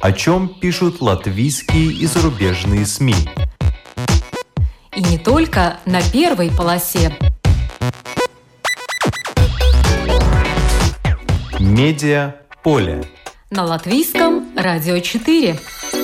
О чем пишут латвийские и зарубежные СМИ. И не только на первой полосе. Медиаполе. На Латвийском радио 4.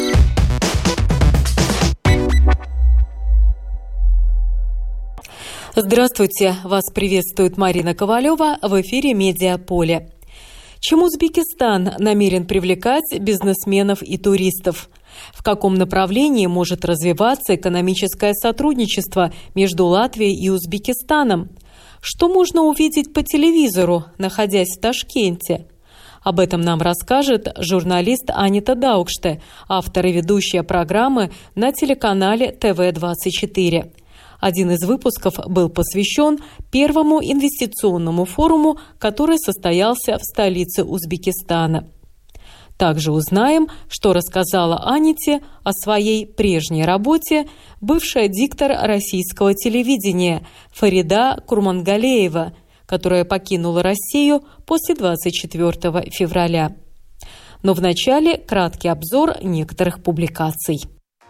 Здравствуйте! Вас приветствует Марина Ковалева в эфире «Медиаполе». Чем Узбекистан намерен привлекать бизнесменов и туристов? В каком направлении может развиваться экономическое сотрудничество между Латвией и Узбекистаном? Что можно увидеть по телевизору, находясь в Ташкенте? Об этом нам расскажет журналист Анита Даукште, автор и ведущая программы на телеканале ТВ-24. Один из выпусков был посвящен первому инвестиционному форуму, который состоялся в столице Узбекистана. Также узнаем, что рассказала Аните о своей прежней работе бывшая диктор российского телевидения Фарида Курмангалеева, которая покинула Россию после 24 февраля. Но вначале краткий обзор некоторых публикаций.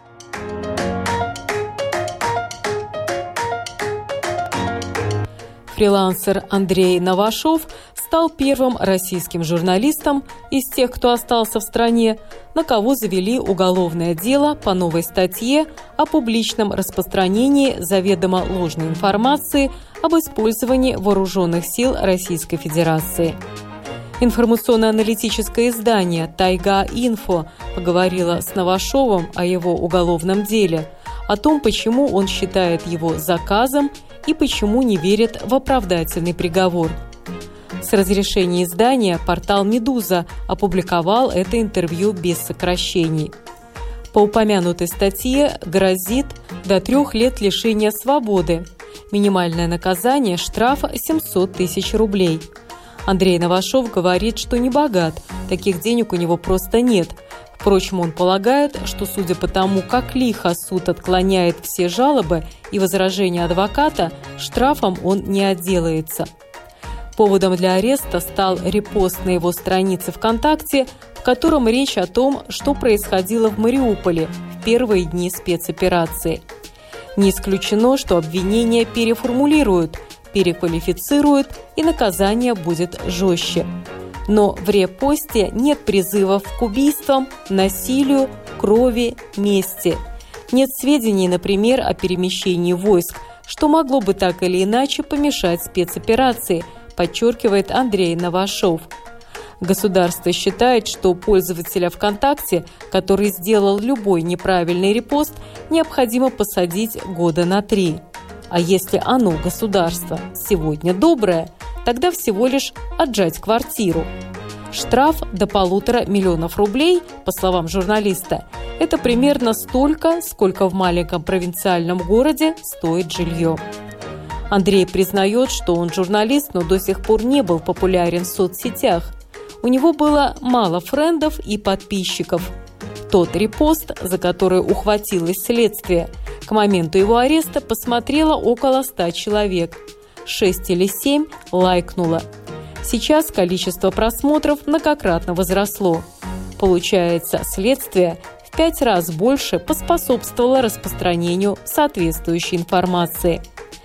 Фрилансер Андрей Новашов стал первым российским журналистом из тех, кто остался в стране, на кого завели уголовное дело по новой статье о публичном распространении заведомо ложной информации об использовании вооруженных сил Российской Федерации. Информационно-аналитическое издание «Тайга-Инфо» поговорило с Новашовым о его уголовном деле, о том, почему он считает его заказом и почему не верит в оправдательный приговор. С разрешения издания портал «Медуза» опубликовал это интервью без сокращений. По упомянутой статье грозит до 3 лет лишения свободы. Минимальное наказание – штраф 700 тысяч рублей. Андрей Новашов говорит, что не богат, таких денег у него просто нет. Впрочем, он полагает, что, судя по тому, как лихо суд отклоняет все жалобы и возражения адвоката, штрафом он не отделается. Поводом для ареста стал репост на его странице ВКонтакте, в котором речь о том, что происходило в Мариуполе в первые дни спецоперации. Не исключено, что обвинения переформулируют, переквалифицируют и наказание будет жестче. Но в репосте нет призывов к убийствам, насилию, крови, мести. Нет сведений, например, о перемещении войск, что могло бы так или иначе помешать спецоперации, подчеркивает Андрей Новашов. Государство считает, что пользователя ВКонтакте, который сделал любой неправильный репост, необходимо посадить года на 3. А если оно, государство, сегодня доброе, тогда всего лишь отжать квартиру. Штраф до 1,5 миллиона рублей, по словам журналиста, это примерно столько, сколько в маленьком провинциальном городе стоит жилье. Андрей признает, что он журналист, но до сих пор не был популярен в соцсетях. У него было мало френдов и подписчиков. Тот репост, за который ухватилось следствие, к моменту его ареста посмотрело около 100 человек. 6 или 7 лайкнуло. Сейчас количество просмотров многократно возросло. Получается, следствие в 5 раз больше поспособствовало распространению соответствующей информации.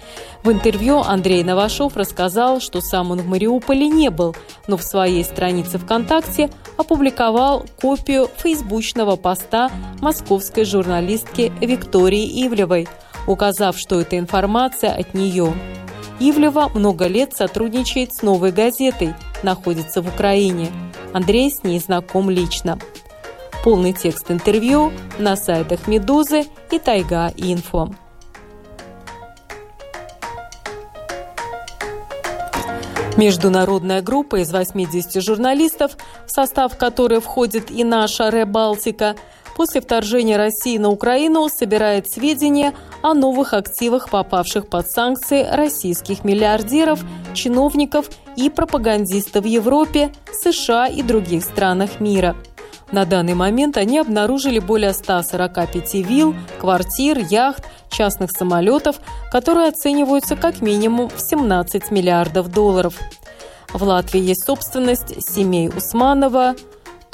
В интервью Андрей Новашов рассказал, что сам он в Мариуполе не был, но в своей странице ВКонтакте опубликовал копию фейсбучного поста московской журналистки Виктории Ивлевой, указав, что эта информация от нее. Ивлева много лет сотрудничает с «Новой газетой», находится в Украине. Андрей с ней знаком лично. Полный текст интервью на сайтах «Медузы» и «Тайга-Инфо». Международная группа из 80 журналистов, в состав которой входит и наша «Ребалтика», после вторжения России на Украину собирает сведения о новых активах, попавших под санкции российских миллиардеров, чиновников и пропагандистов в Европе, США и других странах мира. На данный момент они обнаружили более 145 вилл, квартир, яхт, частных самолетов, которые оцениваются как минимум в 17 миллиардов долларов. В Латвии есть собственность семей Усманова,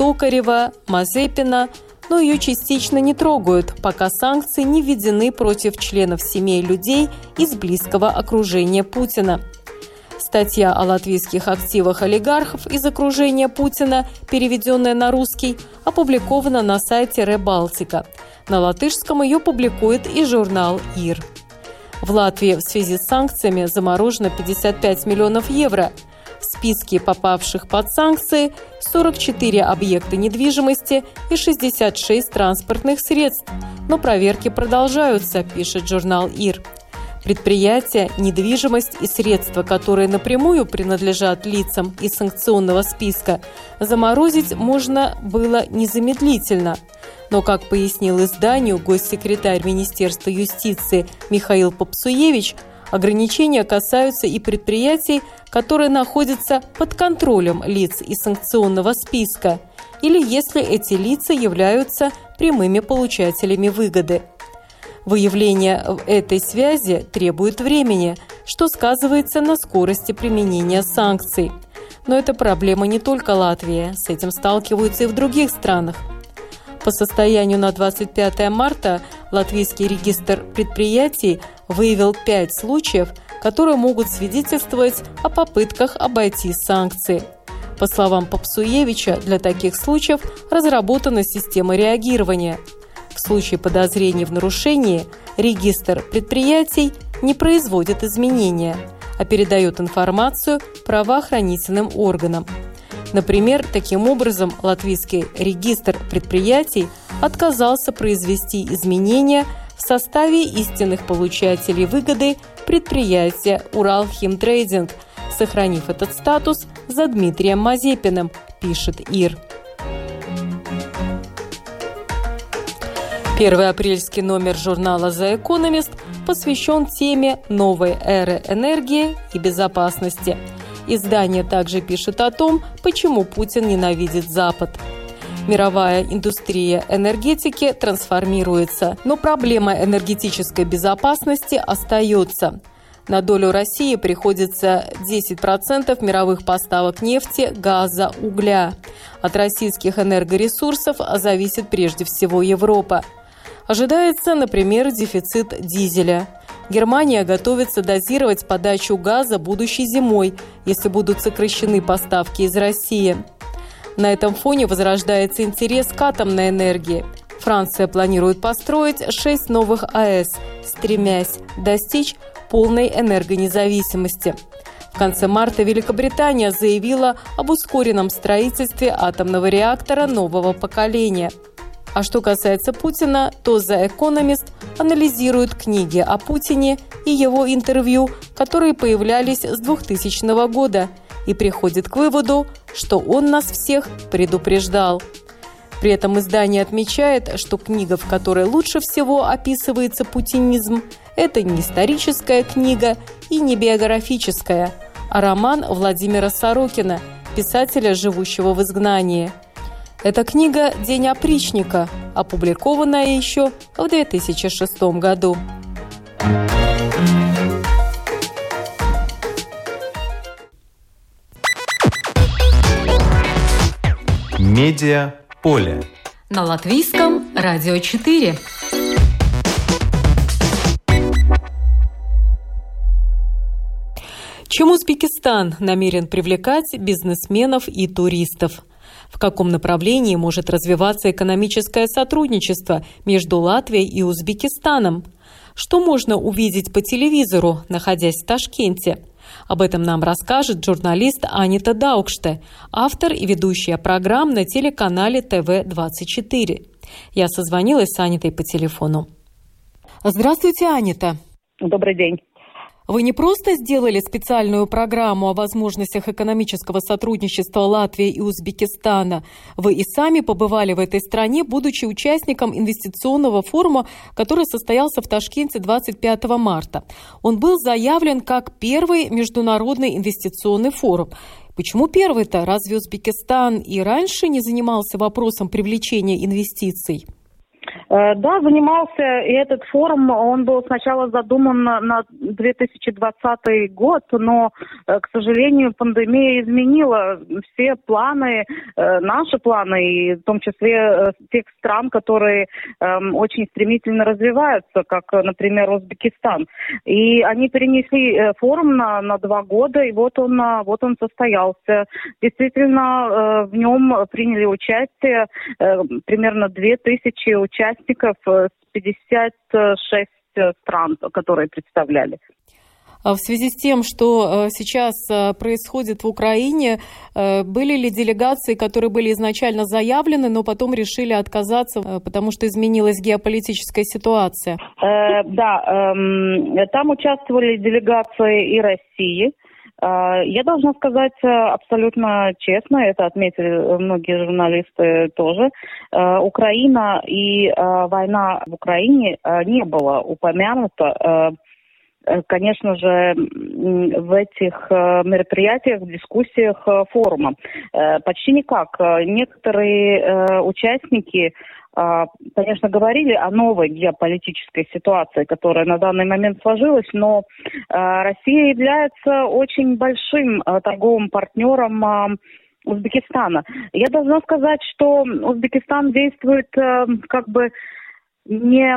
Токарева, Мазепина, но ее частично не трогают, пока санкции не введены против членов семей людей из близкого окружения Путина. Статья о латвийских активах олигархов из окружения Путина, переведенная на русский, опубликована на сайте Ребалтика. На латышском ее публикует и журнал «Ир». В Латвии в связи с санкциями заморожено 55 миллионов евро. В списке попавших под санкции 44 объекта недвижимости и 66 транспортных средств. Но проверки продолжаются, пишет журнал «Ир». Предприятия, недвижимость и средства, которые напрямую принадлежат лицам из санкционного списка, заморозить можно было незамедлительно. Но, как пояснил изданию госсекретарь Министерства юстиции Михаил Попсуевич, ограничения касаются и предприятий, которые находятся под контролем лиц из санкционного списка, или если эти лица являются прямыми получателями выгоды. Выявление этой связи требует времени, что сказывается на скорости применения санкций. Но это проблема не только Латвии, с этим сталкиваются и в других странах. По состоянию на 25 марта Латвийский регистр предприятий выявил 5 случаев, которые могут свидетельствовать о попытках обойти санкции. По словам Попсуевича, для таких случаев разработана система реагирования. В случае подозрений в нарушении регистр предприятий не производит изменения, а передает информацию правоохранительным органам. Например, таким образом Латвийский регистр предприятий отказался произвести изменения в составе истинных получателей выгоды предприятия «Уралхимтрейдинг», сохранив этот статус за Дмитрием Мазепиным, пишет ИР. Первый апрельский номер журнала «The Economist» посвящен теме новой эры энергии и безопасности. Издание также пишет о том, почему Путин ненавидит Запад. Мировая индустрия энергетики трансформируется, но проблема энергетической безопасности остается. На долю России приходится 10% мировых поставок нефти, газа, угля. От российских энергоресурсов зависит прежде всего Европа. Ожидается, например, дефицит дизеля. Германия готовится дозировать подачу газа будущей зимой, если будут сокращены поставки из России. На этом фоне возрождается интерес к атомной энергии. Франция планирует построить 6 новых АЭС, стремясь достичь полной энергонезависимости. В конце марта Великобритания заявила об ускоренном строительстве атомного реактора нового поколения. А что касается Путина, то The Economist анализирует книги о Путине и его интервью, которые появлялись с 2000 года, и приходит к выводу, что он нас всех предупреждал. При этом издание отмечает, что книга, в которой лучше всего описывается путинизм, это не историческая книга и не биографическая, а роман Владимира Сорокина, писателя, живущего в изгнании. Эта книга «День опричника», опубликованная еще в 2006 году. Медиаполе. На Латвийском радио 4. Чем Узбекистан намерен привлекать бизнесменов и туристов? В каком направлении может развиваться экономическое сотрудничество между Латвией и Узбекистаном? Что можно увидеть по телевизору, находясь в Ташкенте? Об этом нам расскажет журналист Анита Даукште, автор и ведущая программ на телеканале ТВ-24. Я созвонилась с Анитой по телефону. Здравствуйте, Анита. Добрый день. Вы не просто сделали специальную программу о возможностях экономического сотрудничества Латвии и Узбекистана. Вы и сами побывали в этой стране, будучи участником инвестиционного форума, который состоялся в Ташкенте 25 марта. Он был заявлен как первый международный инвестиционный форум. Почему первый-то? Разве Узбекистан и раньше не занимался вопросом привлечения инвестиций? Да, занимался, и этот форум, он был сначала задуман на 2020 год, но, к сожалению, пандемия изменила все планы, наши планы, и в том числе тех стран, которые очень стремительно развиваются, как, например, Узбекистан. И они перенесли форум на 2 года, и вот он состоялся. Действительно, в нем приняли участие примерно 2000 участников с 56 стран, которые представляли. В связи с тем, что сейчас происходит в Украине, были ли делегации, которые были изначально заявлены, но потом решили отказаться, потому что изменилась геополитическая ситуация? Да, там участвовали делегации и России. Я должна сказать абсолютно честно, это отметили многие журналисты тоже, Украина и война в Украине не была упомянута. Конечно же, в этих мероприятиях, в дискуссиях форума. Почти никак. Некоторые участники, конечно, говорили о новой геополитической ситуации, которая на данный момент сложилась, но Россия является очень большим торговым партнером Узбекистана. Я должна сказать, что Узбекистан действует как бы не...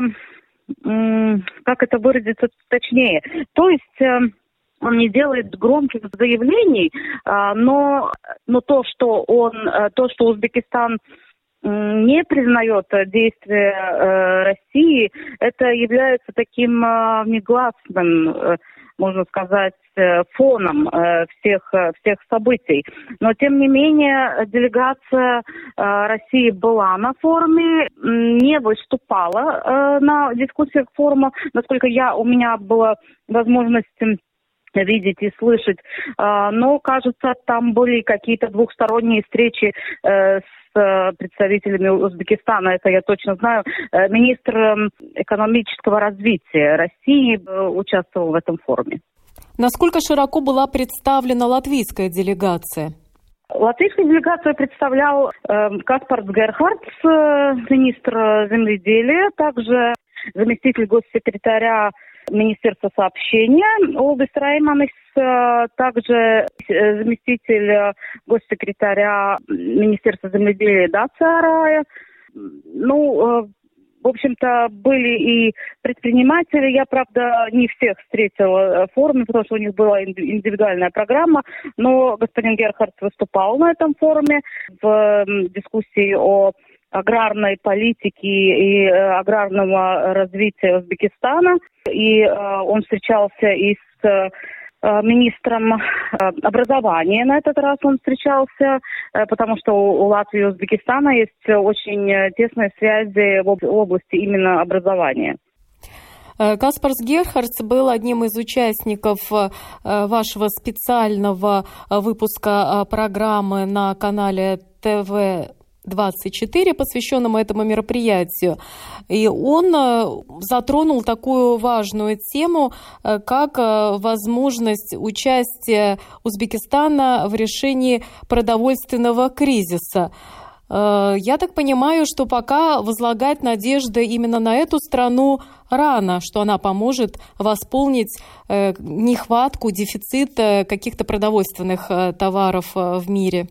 как это выразиться точнее. То есть он не делает громких заявлений, но то, что Узбекистан не признает действия России, это является таким негласным, можно сказать, фоном всех событий. Но, тем не менее, делегация России была на форуме, не выступала на дискуссиях форума, насколько у меня была возможность видеть и слышать. Но, кажется, там были какие-то двухсторонние встречи с представителями Узбекистана, это я точно знаю. Министр экономического развития России участвовал в этом форуме. Насколько широко была представлена латвийская делегация? Латвийскую делегацию представлял Каспарс Герхардс, министр земледелия, также заместитель госсекретаря Министерства сообщения Олдис Райманис, также заместитель госсекретаря Министерства земледелия Дация Арая. В общем-то, были и предприниматели. Я, правда, не всех встретила в форуме, потому что у них была индивидуальная программа, но господин Герхардс выступал на этом форуме в дискуссии о аграрной политике и аграрного развития Узбекистана. И он встречался и с министром образования на этот раз он встречался, потому что у Латвии и Узбекистана есть очень тесные связи в области именно образования. Каспарс Герхардс был одним из участников вашего специального выпуска программы на канале ТВ-24, посвященному этому мероприятию. И он затронул такую важную тему, как возможность участия Узбекистана в решении продовольственного кризиса. Я так понимаю, что пока возлагать надежды именно на эту страну рано, что она поможет восполнить нехватку, дефицит каких-то продовольственных товаров в мире.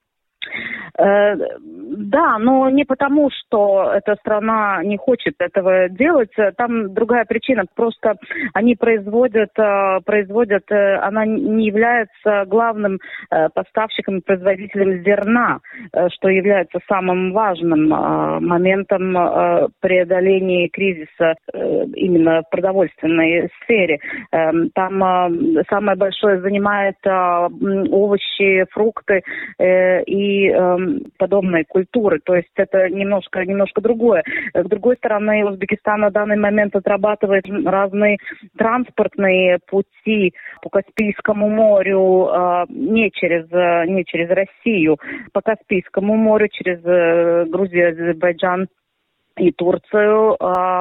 Да, но не потому, что эта страна не хочет этого делать. Там другая причина. Просто они производят, она не является главным поставщиком и производителем зерна, что является самым важным моментом преодоления кризиса именно в продовольственной сфере. Там самое большое занимает овощи, фрукты и подобные культуры, то есть это немножко другое. С другой стороны, Узбекистан на данный момент отрабатывает разные транспортные пути по Каспийскому морю, не через Россию, по Каспийскому морю, через Грузию, Азербайджан и Турцию,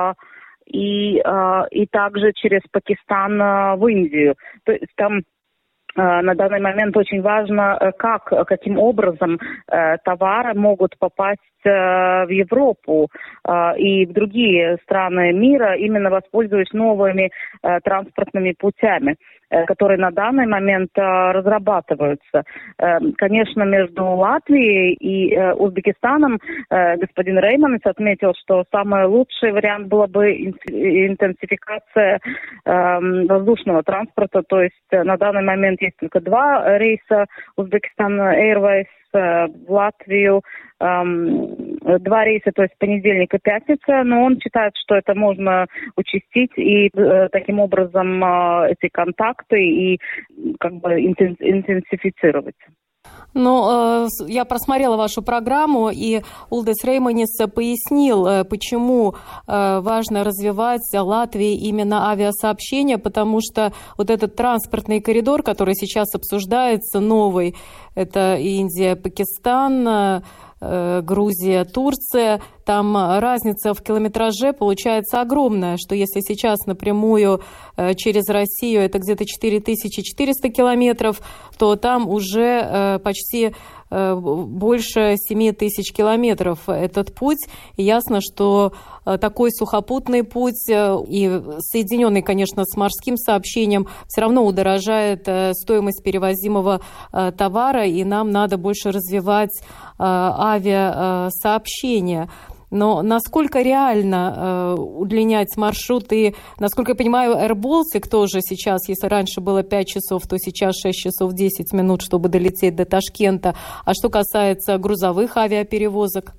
и также через Пакистан в Индию. То есть там на данный момент очень важно, каким образом товары могут попасть в Европу и в другие страны мира, именно воспользуясь новыми транспортными путями, которые на данный момент разрабатываются. Конечно, между Латвией и Узбекистаном господин Рейманис отметил, что самый лучший вариант была бы интенсификация воздушного транспорта, то есть на данный момент есть только 2 рейса Узбекистан Airways в Латвию, 2 рейса, то есть понедельник и пятница, но он считает, что это можно участить и таким образом эти контакты и как бы интенсифицировать. Но я просмотрела вашу программу, и Улдис Рейманис пояснил, почему важно развивать в Латвии именно авиасообщение, потому что вот этот транспортный коридор, который сейчас обсуждается, новый, это Индия, Пакистан, Грузия, Турция, там разница в километраже получается огромная, что если сейчас напрямую через Россию это где-то 4400 километров, то там уже почти больше 7000 километров этот путь. И ясно, что такой сухопутный путь и соединенный, конечно, с морским сообщением, все равно удорожает стоимость перевозимого товара, и нам надо больше развивать авиасообщение. Но насколько реально удлинять маршруты? Насколько я понимаю, Air Baltic тоже сейчас, если раньше было 5 часов, то сейчас 6 часов 10 минут, чтобы долететь до Ташкента. А что касается грузовых авиаперевозок?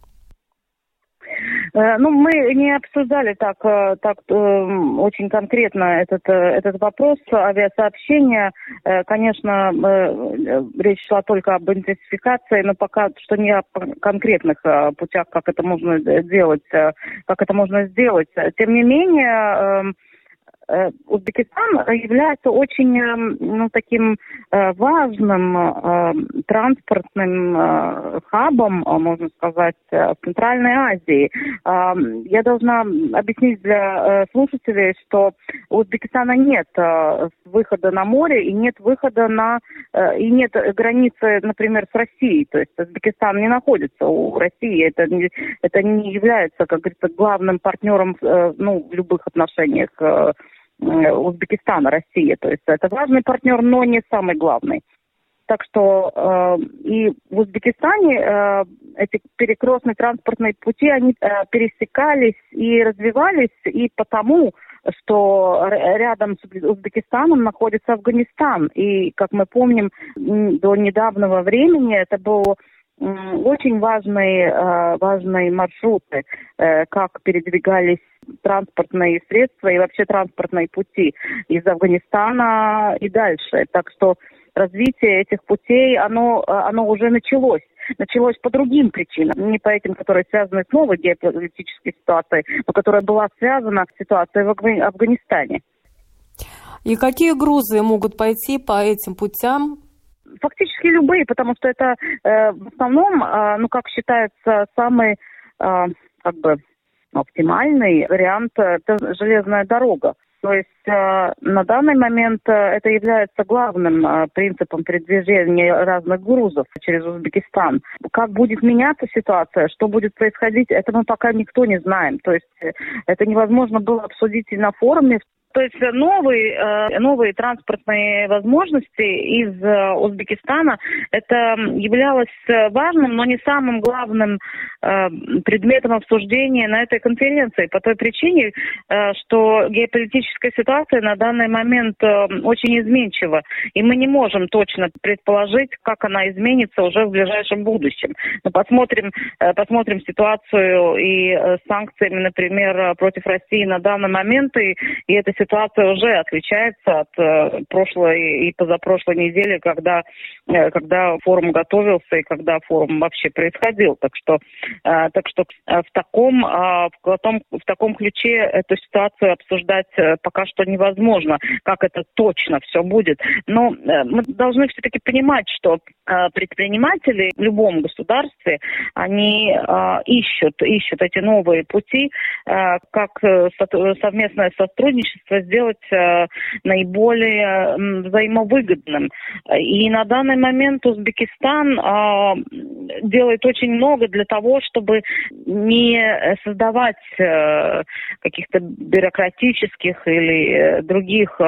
Мы не обсуждали так очень конкретно этот вопрос авиасообщения. Конечно, речь шла только об интенсификации, но пока что не о конкретных путях, как это можно сделать. Тем не менее, Узбекистан является очень таким важным транспортным хабом, можно сказать, в Центральной Азии. Я должна объяснить для слушателей, что у Узбекистана нет выхода на море и нет выхода и нет границы, например, с Россией. То есть Узбекистан не находится у России. Это не является, как говорится, главным партнером в любых отношениях Узбекистана, Россия. То есть это важный партнер, но не самый главный. Так что и в Узбекистане эти перекрестные транспортные пути, они пересекались и развивались и потому, что рядом с Узбекистаном находится Афганистан. И, как мы помним, до недавнего времени это был очень важные маршруты, как передвигались транспортные средства и вообще транспортные пути из Афганистана и дальше. Так что развитие этих путей, оно уже началось. Началось по другим причинам, не по этим, которые связаны с новой геополитической ситуацией, но которая была связана с ситуацией в Афганистане. И какие грузы могут пойти по этим путям? Фактически любые, потому что это в основном, как считается, самый оптимальный вариант – это железная дорога. То есть на данный момент это является главным принципом передвижения разных грузов через Узбекистан. Как будет меняться ситуация, что будет происходить, это мы пока никто не знаем. То есть это невозможно было обсудить и на форуме. То есть новые транспортные возможности из Узбекистана, это являлось важным, но не самым главным предметом обсуждения на этой конференции. По той причине, что геополитическая ситуация на данный момент очень изменчива. И мы не можем точно предположить, как она изменится уже в ближайшем будущем. Но посмотрим ситуацию и с санкциями, например, против России на данный момент, и эта ситуация уже отличается от прошлой и позапрошлой недели, когда форум готовился и когда форум вообще происходил. Так что в таком ключе эту ситуацию обсуждать пока что невозможно, как это точно все будет. Но мы должны все-таки понимать, что предприниматели в любом государстве, они ищут эти новые пути, как совместное сотрудничество сделать наиболее взаимовыгодным. И на данный момент Узбекистан делает очень много для того, чтобы не создавать каких-то бюрократических или других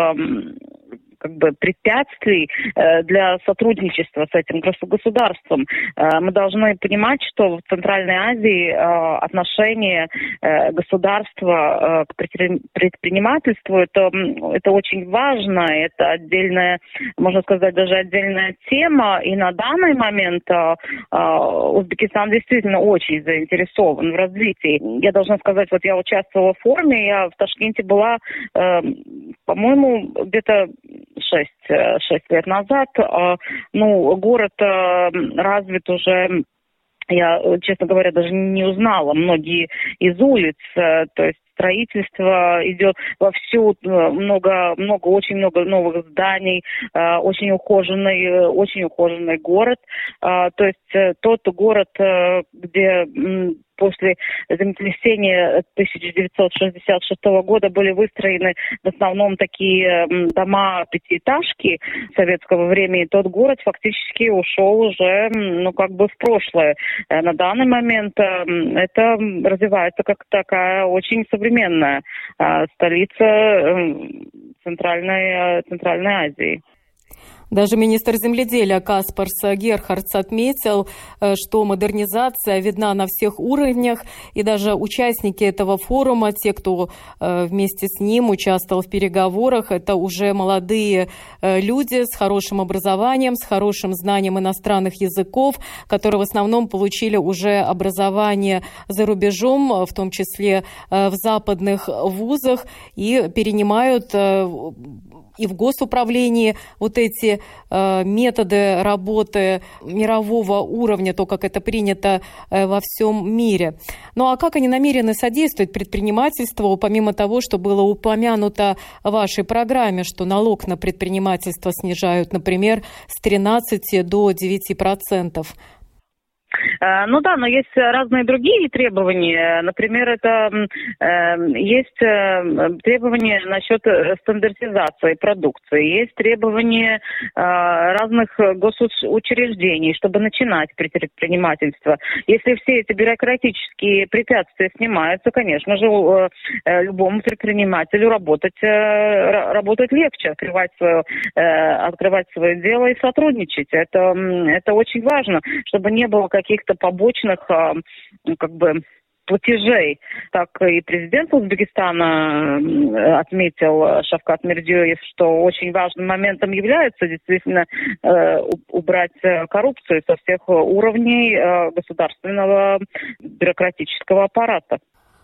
препятствий для сотрудничества с этим государством. Мы должны понимать, что в Центральной Азии отношение государства к предпринимательству это очень важно, это отдельная, можно сказать, даже отдельная тема. И на данный момент Узбекистан действительно очень заинтересован в развитии. Я должна сказать, вот я участвовала в форуме, я в Ташкенте была, по-моему, где-то 6 лет назад. Город развит уже, я, честно говоря, даже не узнала многие из улиц, то есть строительство идет вовсю, очень много новых зданий, очень ухоженный город. То есть тот город, где после землетрясения 1966 года были выстроены в основном такие дома пятиэтажки советского времени. Тот город фактически ушел уже в прошлое. На данный момент это развивается как такая очень современная столица Центральной Азии. Даже министр земледелия Каспарс Герхардс отметил, что модернизация видна на всех уровнях, и даже участники этого форума, те, кто вместе с ним участвовал в переговорах, это уже молодые люди с хорошим образованием, с хорошим знанием иностранных языков, которые в основном получили уже образование за рубежом, в том числе в западных вузах, и перенимают и в госуправлении вот эти методы работы мирового уровня, то, как это принято во всем мире. Ну а как они намерены содействовать предпринимательству, помимо того, что было упомянуто в вашей программе, что налог на предпринимательство снижают, например, с 13 до 9%? Но есть разные другие требования. Например, это есть требования насчет стандартизации продукции, есть требования разных госучреждений, чтобы начинать предпринимательство. Если все эти бюрократические препятствия снимаются, конечно же, любому предпринимателю работать легче, открывать свое дело и сотрудничать. Это очень важно, чтобы не было каких-то побочных платежей. Так и президент Узбекистана отметил, Шавкат Мирзиёев, что очень важным моментом является действительно убрать коррупцию со всех уровней государственного бюрократического аппарата.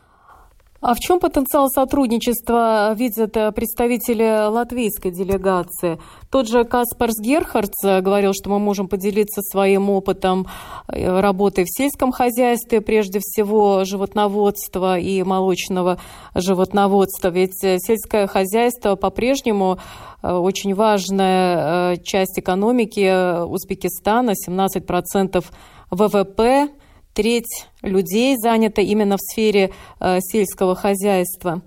А в чем потенциал сотрудничества видят представители латвийской делегации? Тот же Каспарс Герхардс говорил, что мы можем поделиться своим опытом работы в сельском хозяйстве, прежде всего животноводства и молочного животноводства. Ведь сельское хозяйство по-прежнему очень важная часть экономики Узбекистана, 17% ВВП. Треть людей занята именно в сфере сельского хозяйства.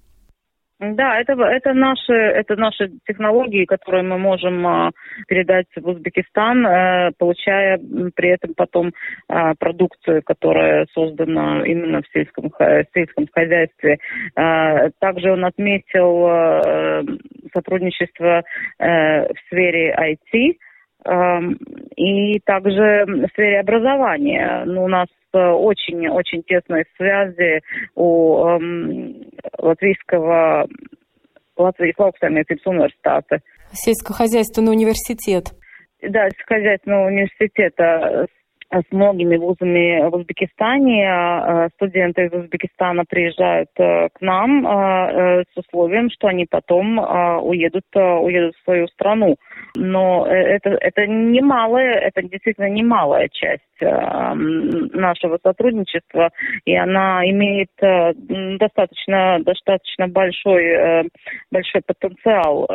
Да, это наши технологии, которые мы можем передать в Узбекистан, получая при этом потом продукцию, которая создана именно в сельском хозяйстве. Также он отметил сотрудничество в сфере IT. И также в сфере образования. У нас очень тесные связи у Латвийского университета. Сельскохозяйственный университет. Да, сельскохозяйственного университета с многими вузами в Узбекистане. Студенты из Узбекистана приезжают к нам с условием, что они потом уедут в свою страну. Но это действительно немалая часть нашего сотрудничества, и она имеет достаточно большой потенциал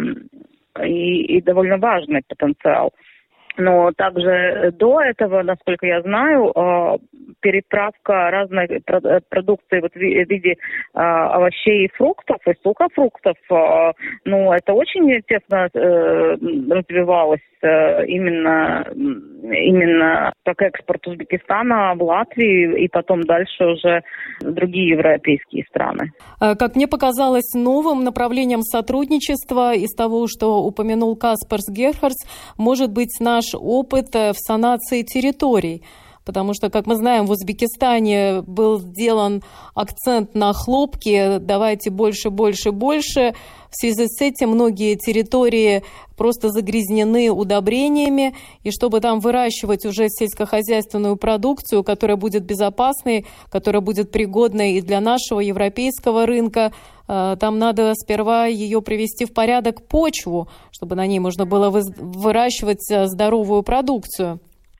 и довольно важный потенциал. Но также до этого, насколько я знаю, переправка разной продукции в виде овощей и фруктов, и сухофруктов, это очень тесно развивалось именно как экспорт Узбекистана в Латвию и потом дальше уже в другие европейские страны. Как мне показалось, новым направлением сотрудничества из того, что упомянул Каспарс Герхардс, может быть наш опыт в санации территорий. Потому что, как мы знаем, в Узбекистане был сделан акцент на хлопки, давайте больше, больше, больше. В связи с этим многие территории просто загрязнены удобрениями, и чтобы там выращивать уже сельскохозяйственную продукцию, которая будет безопасной, которая будет пригодной и для нашего европейского рынка, там надо сперва ее привести в порядок почву, чтобы на ней можно было выращивать здоровую продукцию.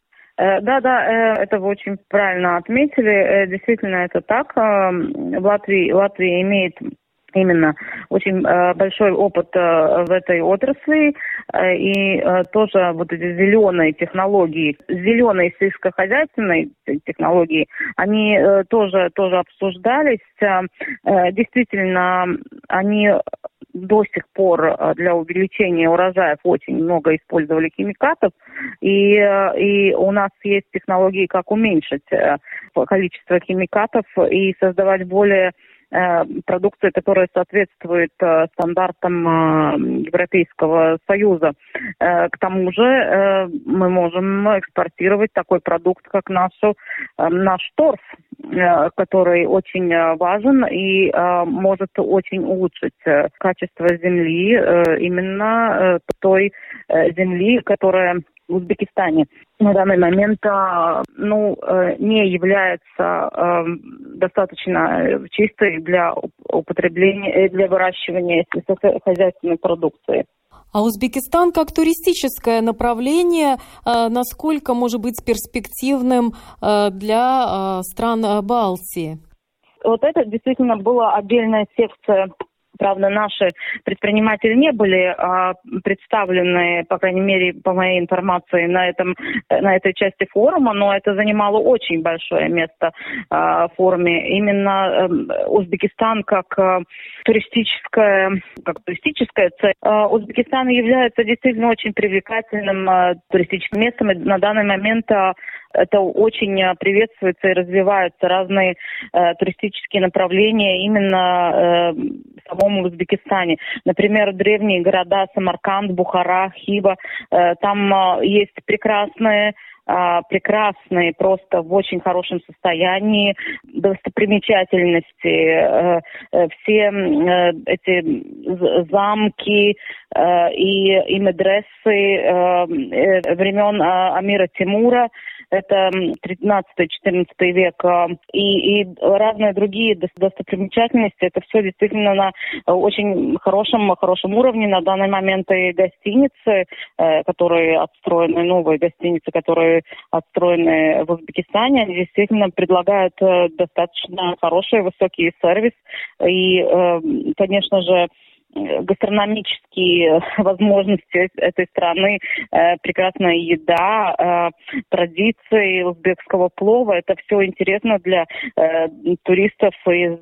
Да, это вы очень правильно отметили. Действительно, это так. Латвия имеет именно очень большой опыт в этой отрасли, и тоже вот эти зеленые технологии, зеленые сельскохозяйственные технологии, они тоже обсуждались. Действительно, они до сих пор для увеличения урожаев очень много использовали химикатов, и у нас есть технологии, как уменьшить количество химикатов и создавать более продукцию, которая соответствует стандартам Европейского Союза. К тому же мы можем экспортировать такой продукт, как наш торф, который очень важен и может очень улучшить качество земли, именно той земли, которая в Узбекистане на данный момент не является достаточно чистой для употребления, для выращивания сельскохозяйственной продукции. А Узбекистан как туристическое направление, насколько может быть перспективным для стран Балтии? Вот это действительно была отдельная секция. Правда, наши предприниматели не были представлены, по крайней мере, по моей информации, на этой части форума, но это занимало очень большое место в форуме. Именно Узбекистан как туристическая цель. Узбекистан является действительно очень привлекательным туристическим местом, и на данный момент это очень приветствуется и развиваются разные туристические направления именно в самом Узбекистане. Например, древние города Самарканд, Бухара, Хива. Там есть прекрасные, просто в очень хорошем состоянии достопримечательности. Все эти замки и медрессы времен Амира Тимура, это 13-14 век, и разные другие достопримечательности. Это все действительно на очень хорошем уровне на данный момент. И гостиницы, которые отстроены, новые гостиницы, которые отстроены в Узбекистане, они действительно предлагают достаточно хороший, высокий сервис. И, конечно же, гастрономические возможности этой страны, прекрасная еда, традиции узбекского плова. Это все интересно для туристов из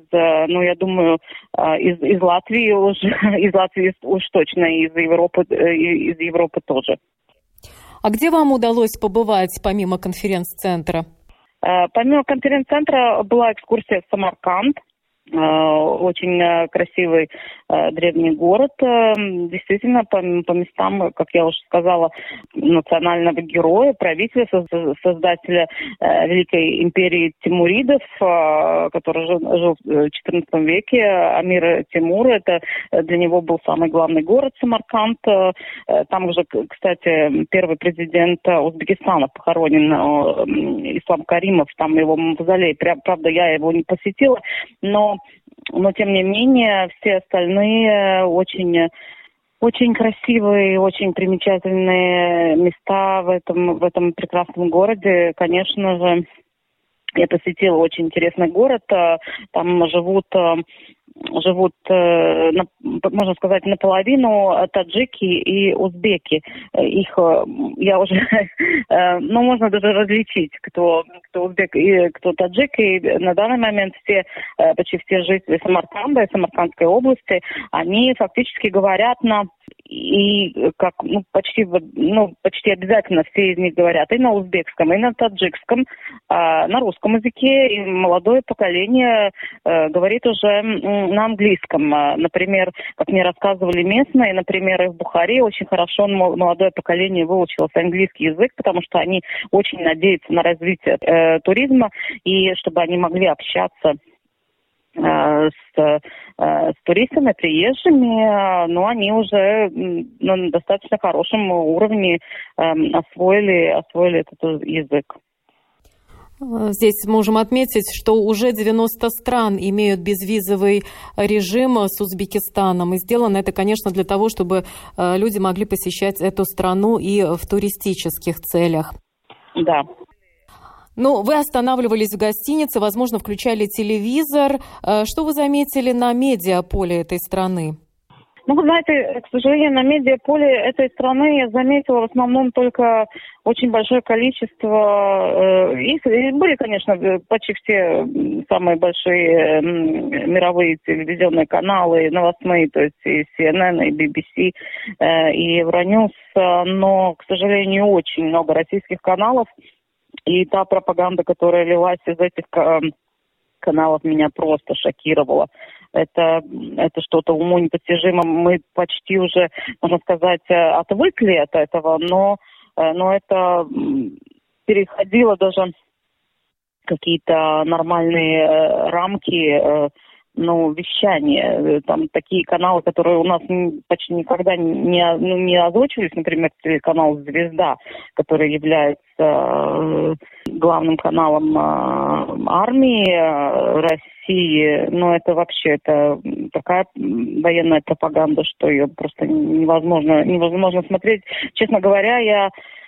Латвии уж точно, и из Европы тоже. А где вам удалось побывать помимо конференц-центра? Помимо конференц-центра была экскурсия в Самарканд. Очень красивый древний город. Действительно, по местам, как я уже сказала, национального героя, правителя, создателя Великой империи Тимуридов, который жил в XIV веке, Амир Тимур. Это для него был самый главный город Самарканд. Там уже, кстати, первый президент Узбекистана похоронен, Ислам Каримов, там его мавзолей. Правда, я его не посетила, но тем не менее все остальные очень красивые, очень примечательные места в этом прекрасном городе. Конечно же, я посетила очень интересный город. Там живут, можно сказать, наполовину таджики и узбеки. Их я уже, можно даже различить, кто узбек и кто таджик. И на данный момент почти все жители Самарканда и Самаркандской области, они фактически говорят на и как почти обязательно все из них говорят и на узбекском, и на таджикском, на русском языке, и молодое поколение говорит уже на английском. Например, как мне рассказывали местные, например, и в Бухаре очень хорошо молодое поколение выучилось английский язык, потому что они очень надеются на развитие туризма, и чтобы они могли общаться с туристами, приезжими, но они уже на достаточно хорошем уровне освоили этот язык. Здесь можем отметить, что уже 90 стран имеют безвизовый режим с Узбекистаном. И сделано это, конечно, для того, чтобы люди могли посещать эту страну и в туристических целях. Да. Ну, вы останавливались в гостинице, возможно, включали телевизор. Что вы заметили на медиаполе этой страны? Ну, вы знаете, к сожалению, на медиаполе этой страны я заметила в основном только очень большое количество. Были, конечно, почти все самые большие мировые телевизионные каналы, новостные, то есть и CNN, и BBC, и Евроньюз, но, к сожалению, очень много российских каналов. И та пропаганда, которая лилась из этих каналов, меня просто шокировала. Это что-то уму непостижимо. Мы почти уже, можно сказать, отвыкли от этого, но это переходило даже какие-то нормальные рамки, вещания. Там такие каналы, которые у нас почти никогда не озвучивались, например, телеканал «Звезда», который является главным каналом армии России. Но это вообще такая военная пропаганда, что ее просто невозможно смотреть. Честно говоря, я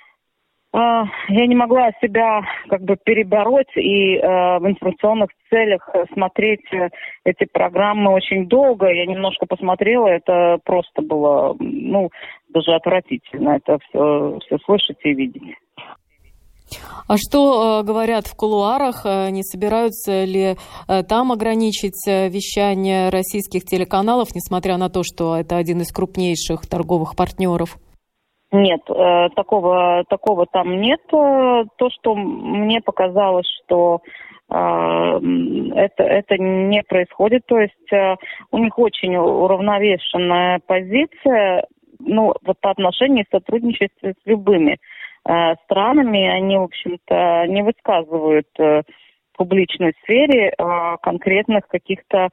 не могла себя перебороть и в информационных целях смотреть эти программы очень долго. Я немножко посмотрела, это просто было, даже отвратительно это все слышать и видеть. А что говорят в кулуарах? Не собираются ли там ограничить вещание российских телеканалов, несмотря на то, что это один из крупнейших торговых партнеров? Нет, такого там нет. То, что мне показалось, что это не происходит. То есть у них очень уравновешенная позиция, по отношению к сотрудничеству с любыми странами. Они, в общем-то, не высказывают в публичной сфере конкретных каких-то,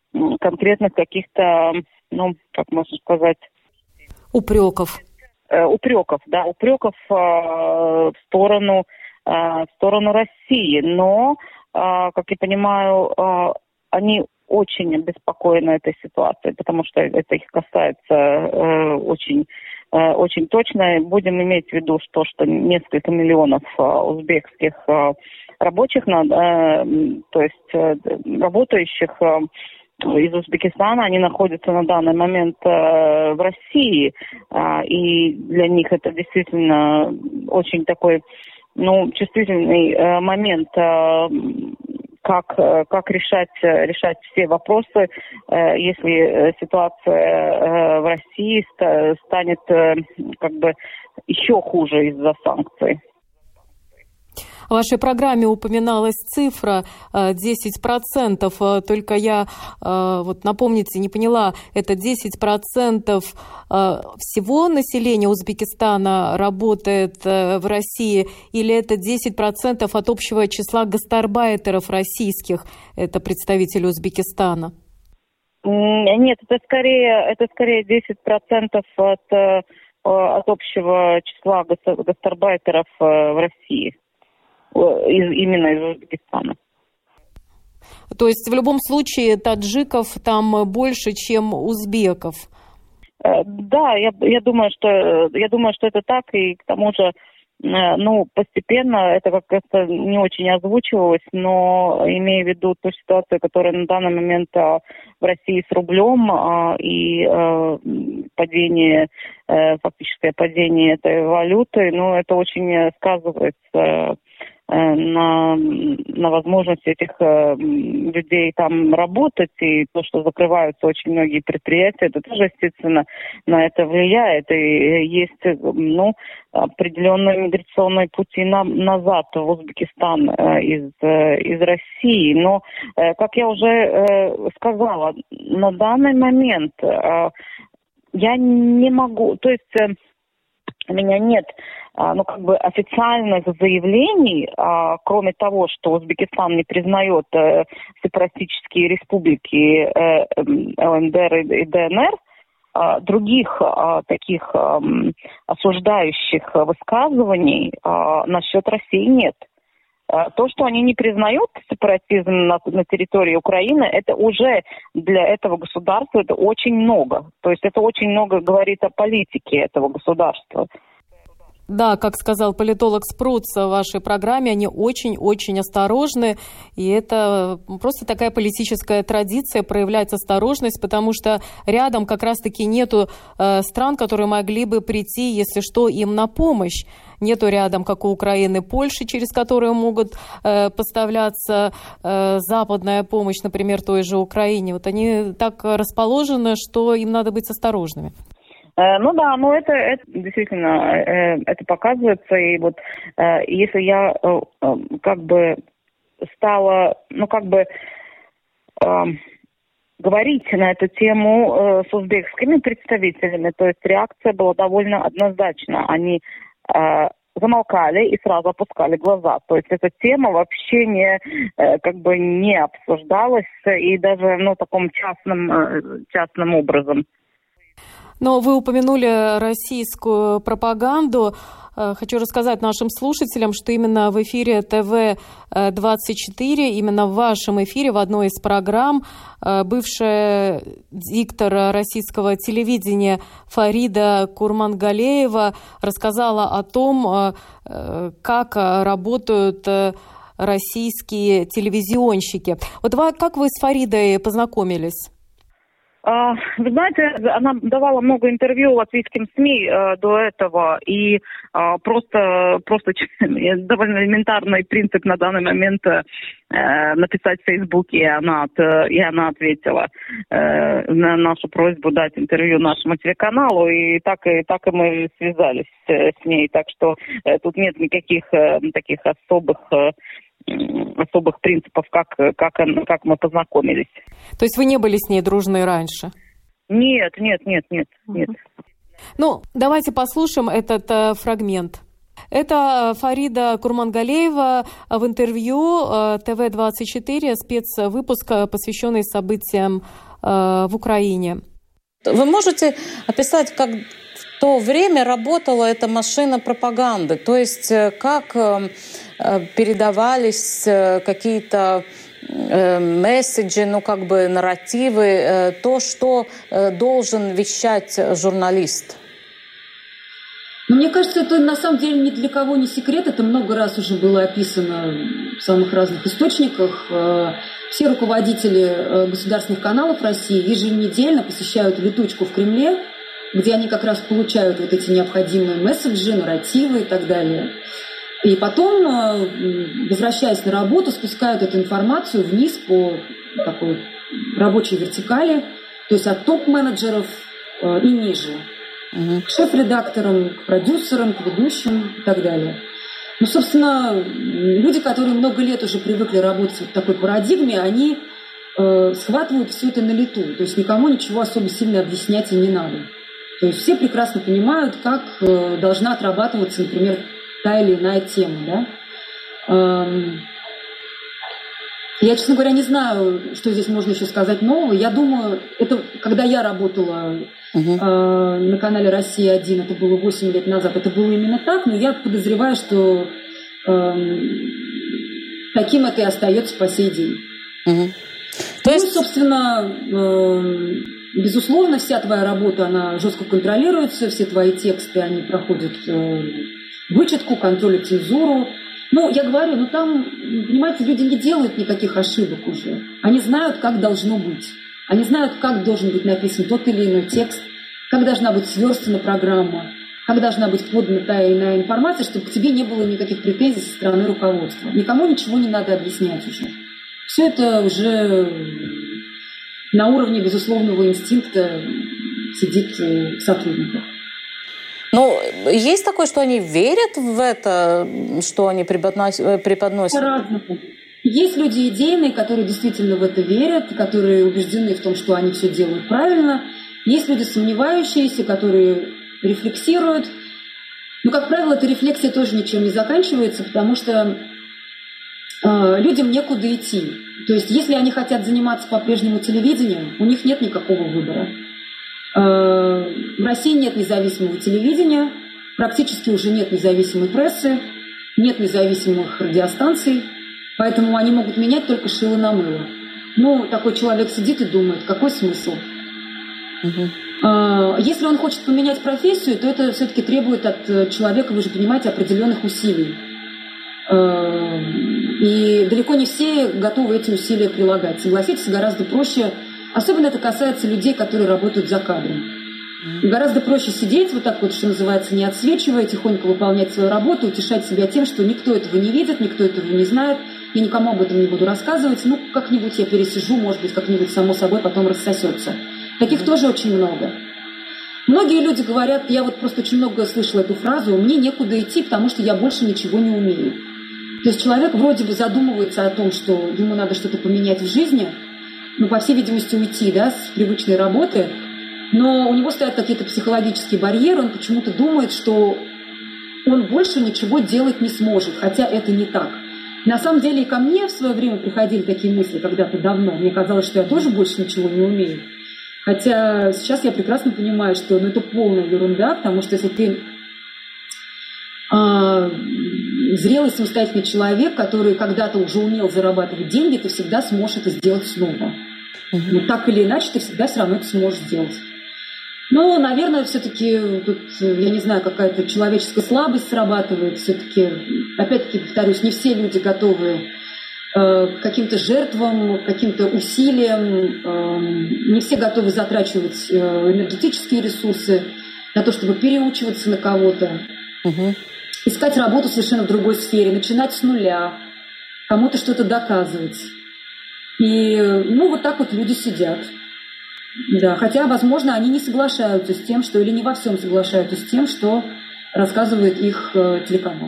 как можно сказать, упреков в сторону России. Но, как я понимаю, они очень обеспокоены этой ситуацией, потому что это их касается очень точно. Будем иметь в виду, что несколько миллионов узбекских рабочих, то есть работающих из Узбекистана, они находятся на данный момент в России, и для них это действительно очень такой, чувствительный момент, как решать все вопросы, если ситуация в России станет еще хуже из-за санкций. В вашей программе упоминалась цифра 10%, только я, напомните, не поняла, это 10% всего населения Узбекистана работает в России, или это 10% от общего числа гастарбайтеров российских, это представители Узбекистана? Нет, это скорее 10% от общего числа гастарбайтеров в России. Именно из Узбекистана. То есть в любом случае таджиков там больше, чем узбеков? Да, я думаю, что это так, и к тому же, постепенно это как-то не очень озвучивалось, но имея в виду ту ситуацию, которая на данный момент в России с рублем и фактическое падение этой валюты, это очень сказывается на возможность этих людей там работать, и то, что закрываются очень многие предприятия, это тоже, естественно, на это влияет. И есть, определенные миграционные пути назад в Узбекистан из России. Но, как я уже сказала, на данный момент я не могу, то есть у меня нет официальных заявлений, кроме того, что Узбекистан не признает сепаратистские республики ЛНР и ДНР, других таких осуждающих высказываний насчет России нет. То, что они не признают сепаратизм на территории Украины, это уже для этого государства это очень много. То есть это очень много говорит о политике этого государства. Да, как сказал политолог Спруц в вашей программе, они очень-очень осторожны, и это просто такая политическая традиция проявлять осторожность, потому что рядом как раз-таки нету стран, которые могли бы прийти, если что, им на помощь. Нету рядом, как у Украины, Польши, через которую могут поставляться западная помощь, например, той же Украине. Вот они так расположены, что им надо быть осторожными. Это действительно это показывается. И вот если я стала, говорить на эту тему с узбекскими представителями, то есть реакция была довольно однозначна. Они замолкали и сразу опускали глаза. То есть эта тема вообще не обсуждалась и даже таком частным образом. Но вы упомянули российскую пропаганду. Хочу рассказать нашим слушателям, что именно в эфире ТВ-24, именно в вашем эфире, в одной из программ, бывшая диктор российского телевидения Фарида Курмангалеева рассказала о том, как работают российские телевизионщики. Вот как вы с Фаридой познакомились? Вы знаете, она давала много интервью латвийским СМИ до этого, и просто довольно элементарный принцип на данный момент написать в Фейсбуке, и она ответила на нашу просьбу дать интервью нашему телеканалу, и так и мы связались с ней, так что тут нет никаких таких особых принципов, как мы познакомились. То есть вы не были с ней дружны раньше? Нет. Давайте послушаем этот фрагмент. Это Фарида Курмангалеева в интервью ТВ-24, спецвыпуск, посвященный событиям в Украине. Вы можете описать, как в то время работала эта машина пропаганды? То есть как передавались какие-то месседжи, нарративы, то, что должен вещать журналист? Мне кажется, это на самом деле ни для кого не секрет. Это много раз уже было описано в самых разных источниках. Все руководители государственных каналов России еженедельно посещают летучку в Кремле, где они как раз получают вот эти необходимые месседжи, нарративы и так далее. И потом, возвращаясь на работу, спускают эту информацию вниз по такой рабочей вертикали, то есть от топ-менеджеров и ниже. К шеф-редакторам, к продюсерам, к ведущим и так далее. Собственно, люди, которые много лет уже привыкли работать в такой парадигме, они схватывают все это на лету. То есть никому ничего особо сильно объяснять и не надо. То есть все прекрасно понимают, как должна отрабатываться, например, та или иная тема. Да? Я, честно говоря, не знаю, что здесь можно еще сказать нового. Я думаю, это когда я работала на канале «Россия-1», это было 8 лет назад, это было именно так, но я подозреваю, что таким это и остается по сей день. То есть, собственно, безусловно, вся твоя работа, она жестко контролируется, все твои тексты, они проходят вычетку, контроль и цензуру. Я говорю, там, понимаете, люди не делают никаких ошибок уже. Они знают, как должно быть. Они знают, как должен быть написан тот или иной текст, как должна быть сверстана программа. как должна быть подана та или иная информация, чтобы к тебе не было никаких претензий со стороны руководства. Никому ничего не надо объяснять уже. Все это уже на уровне безусловного инстинкта сидит в сотрудниках. Ну, есть такое, что они верят в это, что они преподносят? По-разному. Есть люди идейные, которые действительно в это верят, которые убеждены в том, что они все делают правильно. Есть люди сомневающиеся, которые рефлексируют. Но, как правило, эта рефлексия тоже ничем не заканчивается, потому что людям некуда идти. То есть, если они хотят заниматься по-прежнему телевидением, у них нет никакого выбора. В России нет независимого телевидения, практически уже нет независимой прессы, нет независимых радиостанций, поэтому они могут менять только шило на мыло. Ну, такой человек сидит и думает, какой смысл? Если он хочет поменять профессию, то это все-таки требует от человека, вы же понимаете, определенных усилий. И далеко не все готовы эти усилия прилагать. Согласитесь, гораздо проще, особенно это касается людей, которые работают за кадром. Гораздо проще сидеть вот так вот, что называется, не отсвечивая, тихонько выполнять свою работу, утешать себя тем, что никто этого не видит, никто этого не знает, я никому об этом не буду рассказывать, ну, как-нибудь я пересижу, может быть, как-нибудь само собой потом рассосется. Таких тоже очень много. Многие люди говорят, я вот просто очень много слышала эту фразу, мне некуда идти, потому что я больше ничего не умею. То есть человек вроде бы задумывается о том, что ему надо что-то поменять в жизни, ну, по всей видимости, уйти, да, с привычной работы, но у него стоят какие-то психологические барьеры, он почему-то думает, что он больше ничего делать не сможет, хотя это не так. На самом деле и ко мне в свое время приходили такие мысли когда-то давно. Мне казалось, что я тоже больше ничего не умею. Хотя сейчас я прекрасно понимаю, что это полная ерунда, потому что если ты зрелый самостоятельный человек, который когда-то уже умел зарабатывать деньги, ты всегда сможешь это сделать снова. Но так или иначе ты всегда все равно это сможешь сделать. Но, наверное, все-таки тут, я не знаю, какая-то человеческая слабость срабатывает. Все-таки, опять-таки, повторюсь, не все люди готовы к каким-то жертвам, к каким-то усилиям. Не все готовы затрачивать энергетические ресурсы на то, чтобы переучиваться на кого-то. Искать работу совершенно в другой сфере, начинать с нуля, кому-то что-то доказывать. И, ну, вот так вот люди сидят. Да, хотя, возможно, они не соглашаются с тем, что, или не во всем соглашаются с тем, что рассказывает их телеканал.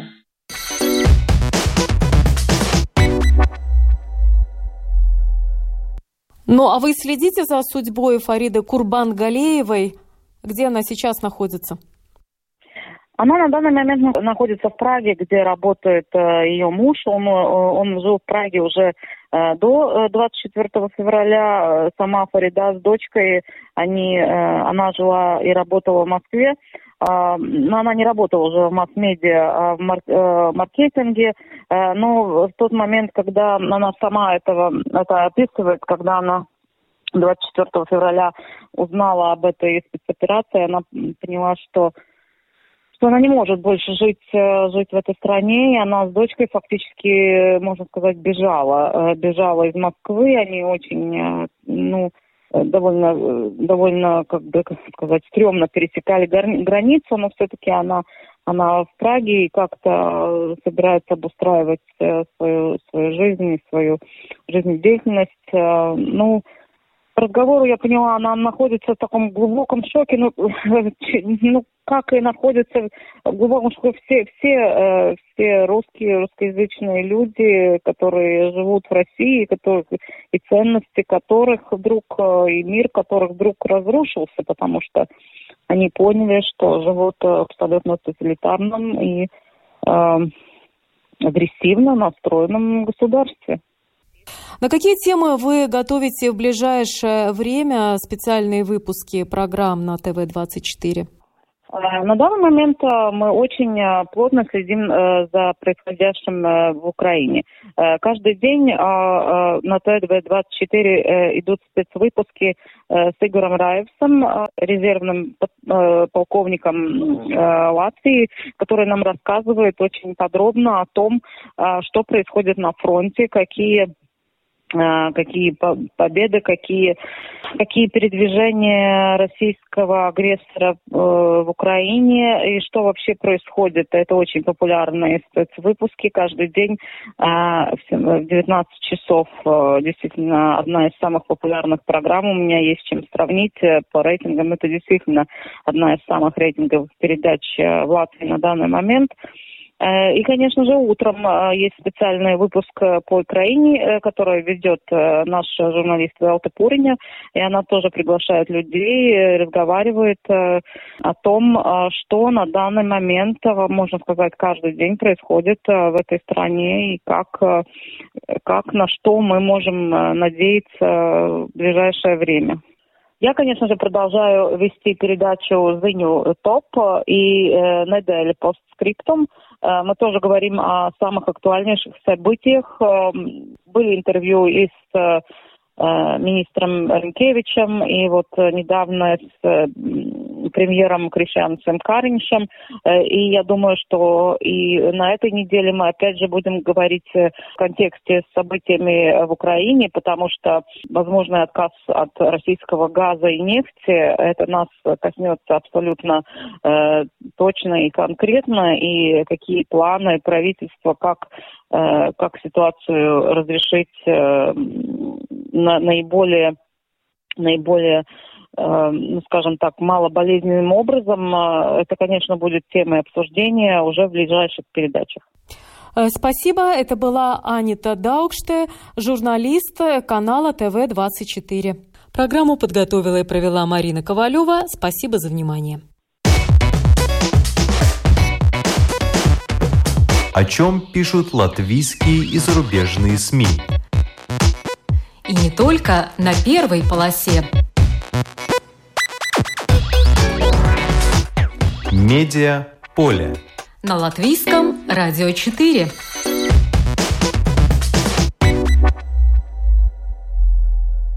Ну, а вы следите за судьбой Фариды Курбангалеевой? Где она сейчас находится? Она на данный момент находится в Праге, где работает ее муж. Он жил в Праге уже до 24 февраля. Сама Фарида с дочкой, она жила и работала в Москве. Но она не работала уже в масс-медиа, а в маркетинге. Но в тот момент, когда она сама это описывает, когда она 24 февраля узнала об этой спецоперации, она поняла, что она не может больше жить в этой стране, и она с дочкой фактически, можно сказать, бежала из Москвы. Они очень, довольно, как бы сказать, стрёмно пересекали границу, но все-таки она в Праге и как-то собирается обустраивать свою жизнь, свою жизнедеятельность. По разговору я поняла, она находится в таком глубоком шоке, как и находятся в глубоком шоке все русскоязычные люди, которые живут в России, и ценности которых вдруг, и мир которых вдруг разрушился, потому что они поняли, что живут в абсолютно тоталитарном и агрессивно настроенном государстве. На какие темы вы готовите в ближайшее время специальные выпуски программ на ТВ-24? На данный момент мы очень плотно следим за происходящим в Украине. Каждый день на ТВ-24 идут спецвыпуски с Игорем Раевсом, резервным полковником Латвии, который нам рассказывает очень подробно о том, что происходит на фронте, какие какие победы, какие передвижения российского агрессора в Украине и что вообще происходит. Это очень популярные спецвыпуски каждый день в 19 часов. Действительно, одна из самых популярных программ. У меня есть чем сравнить по рейтингам. Это действительно одна из самых рейтинговых передач в Латвии на данный момент. И, конечно же, утром есть специальный выпуск по Украине, который ведет наш журналист Велта Пуриня, и она тоже приглашает людей, разговаривает о том, что на данный момент, можно сказать, каждый день происходит в этой стране и как на что мы можем надеяться в ближайшее время. Я, конечно же, продолжаю вести передачу «Зиню ТОП» и «Неделя постскриптум». Мы тоже говорим о самых актуальнейших событиях. Были интервью и с министром Ренкевичем, и вот недавно с премьером Кришьянцем Кариньшем. И я думаю, что и на этой неделе мы опять же будем говорить в контексте с событиями в Украине, потому что возможный отказ от российского газа и нефти, это нас коснется абсолютно точно и конкретно, и какие планы правительства, как ситуацию разрешить наиболее, скажем так, малоболезненным образом. Это, конечно, будет темой обсуждения уже в ближайших передачах. Спасибо. Это была Анита Даукште, журналист канала ТВ-24. Программу подготовила и провела Марина Ковалева. Спасибо за внимание. О чем пишут латвийские и зарубежные СМИ. И не только на первой полосе. Медиа поле. На Латвийском радио 4.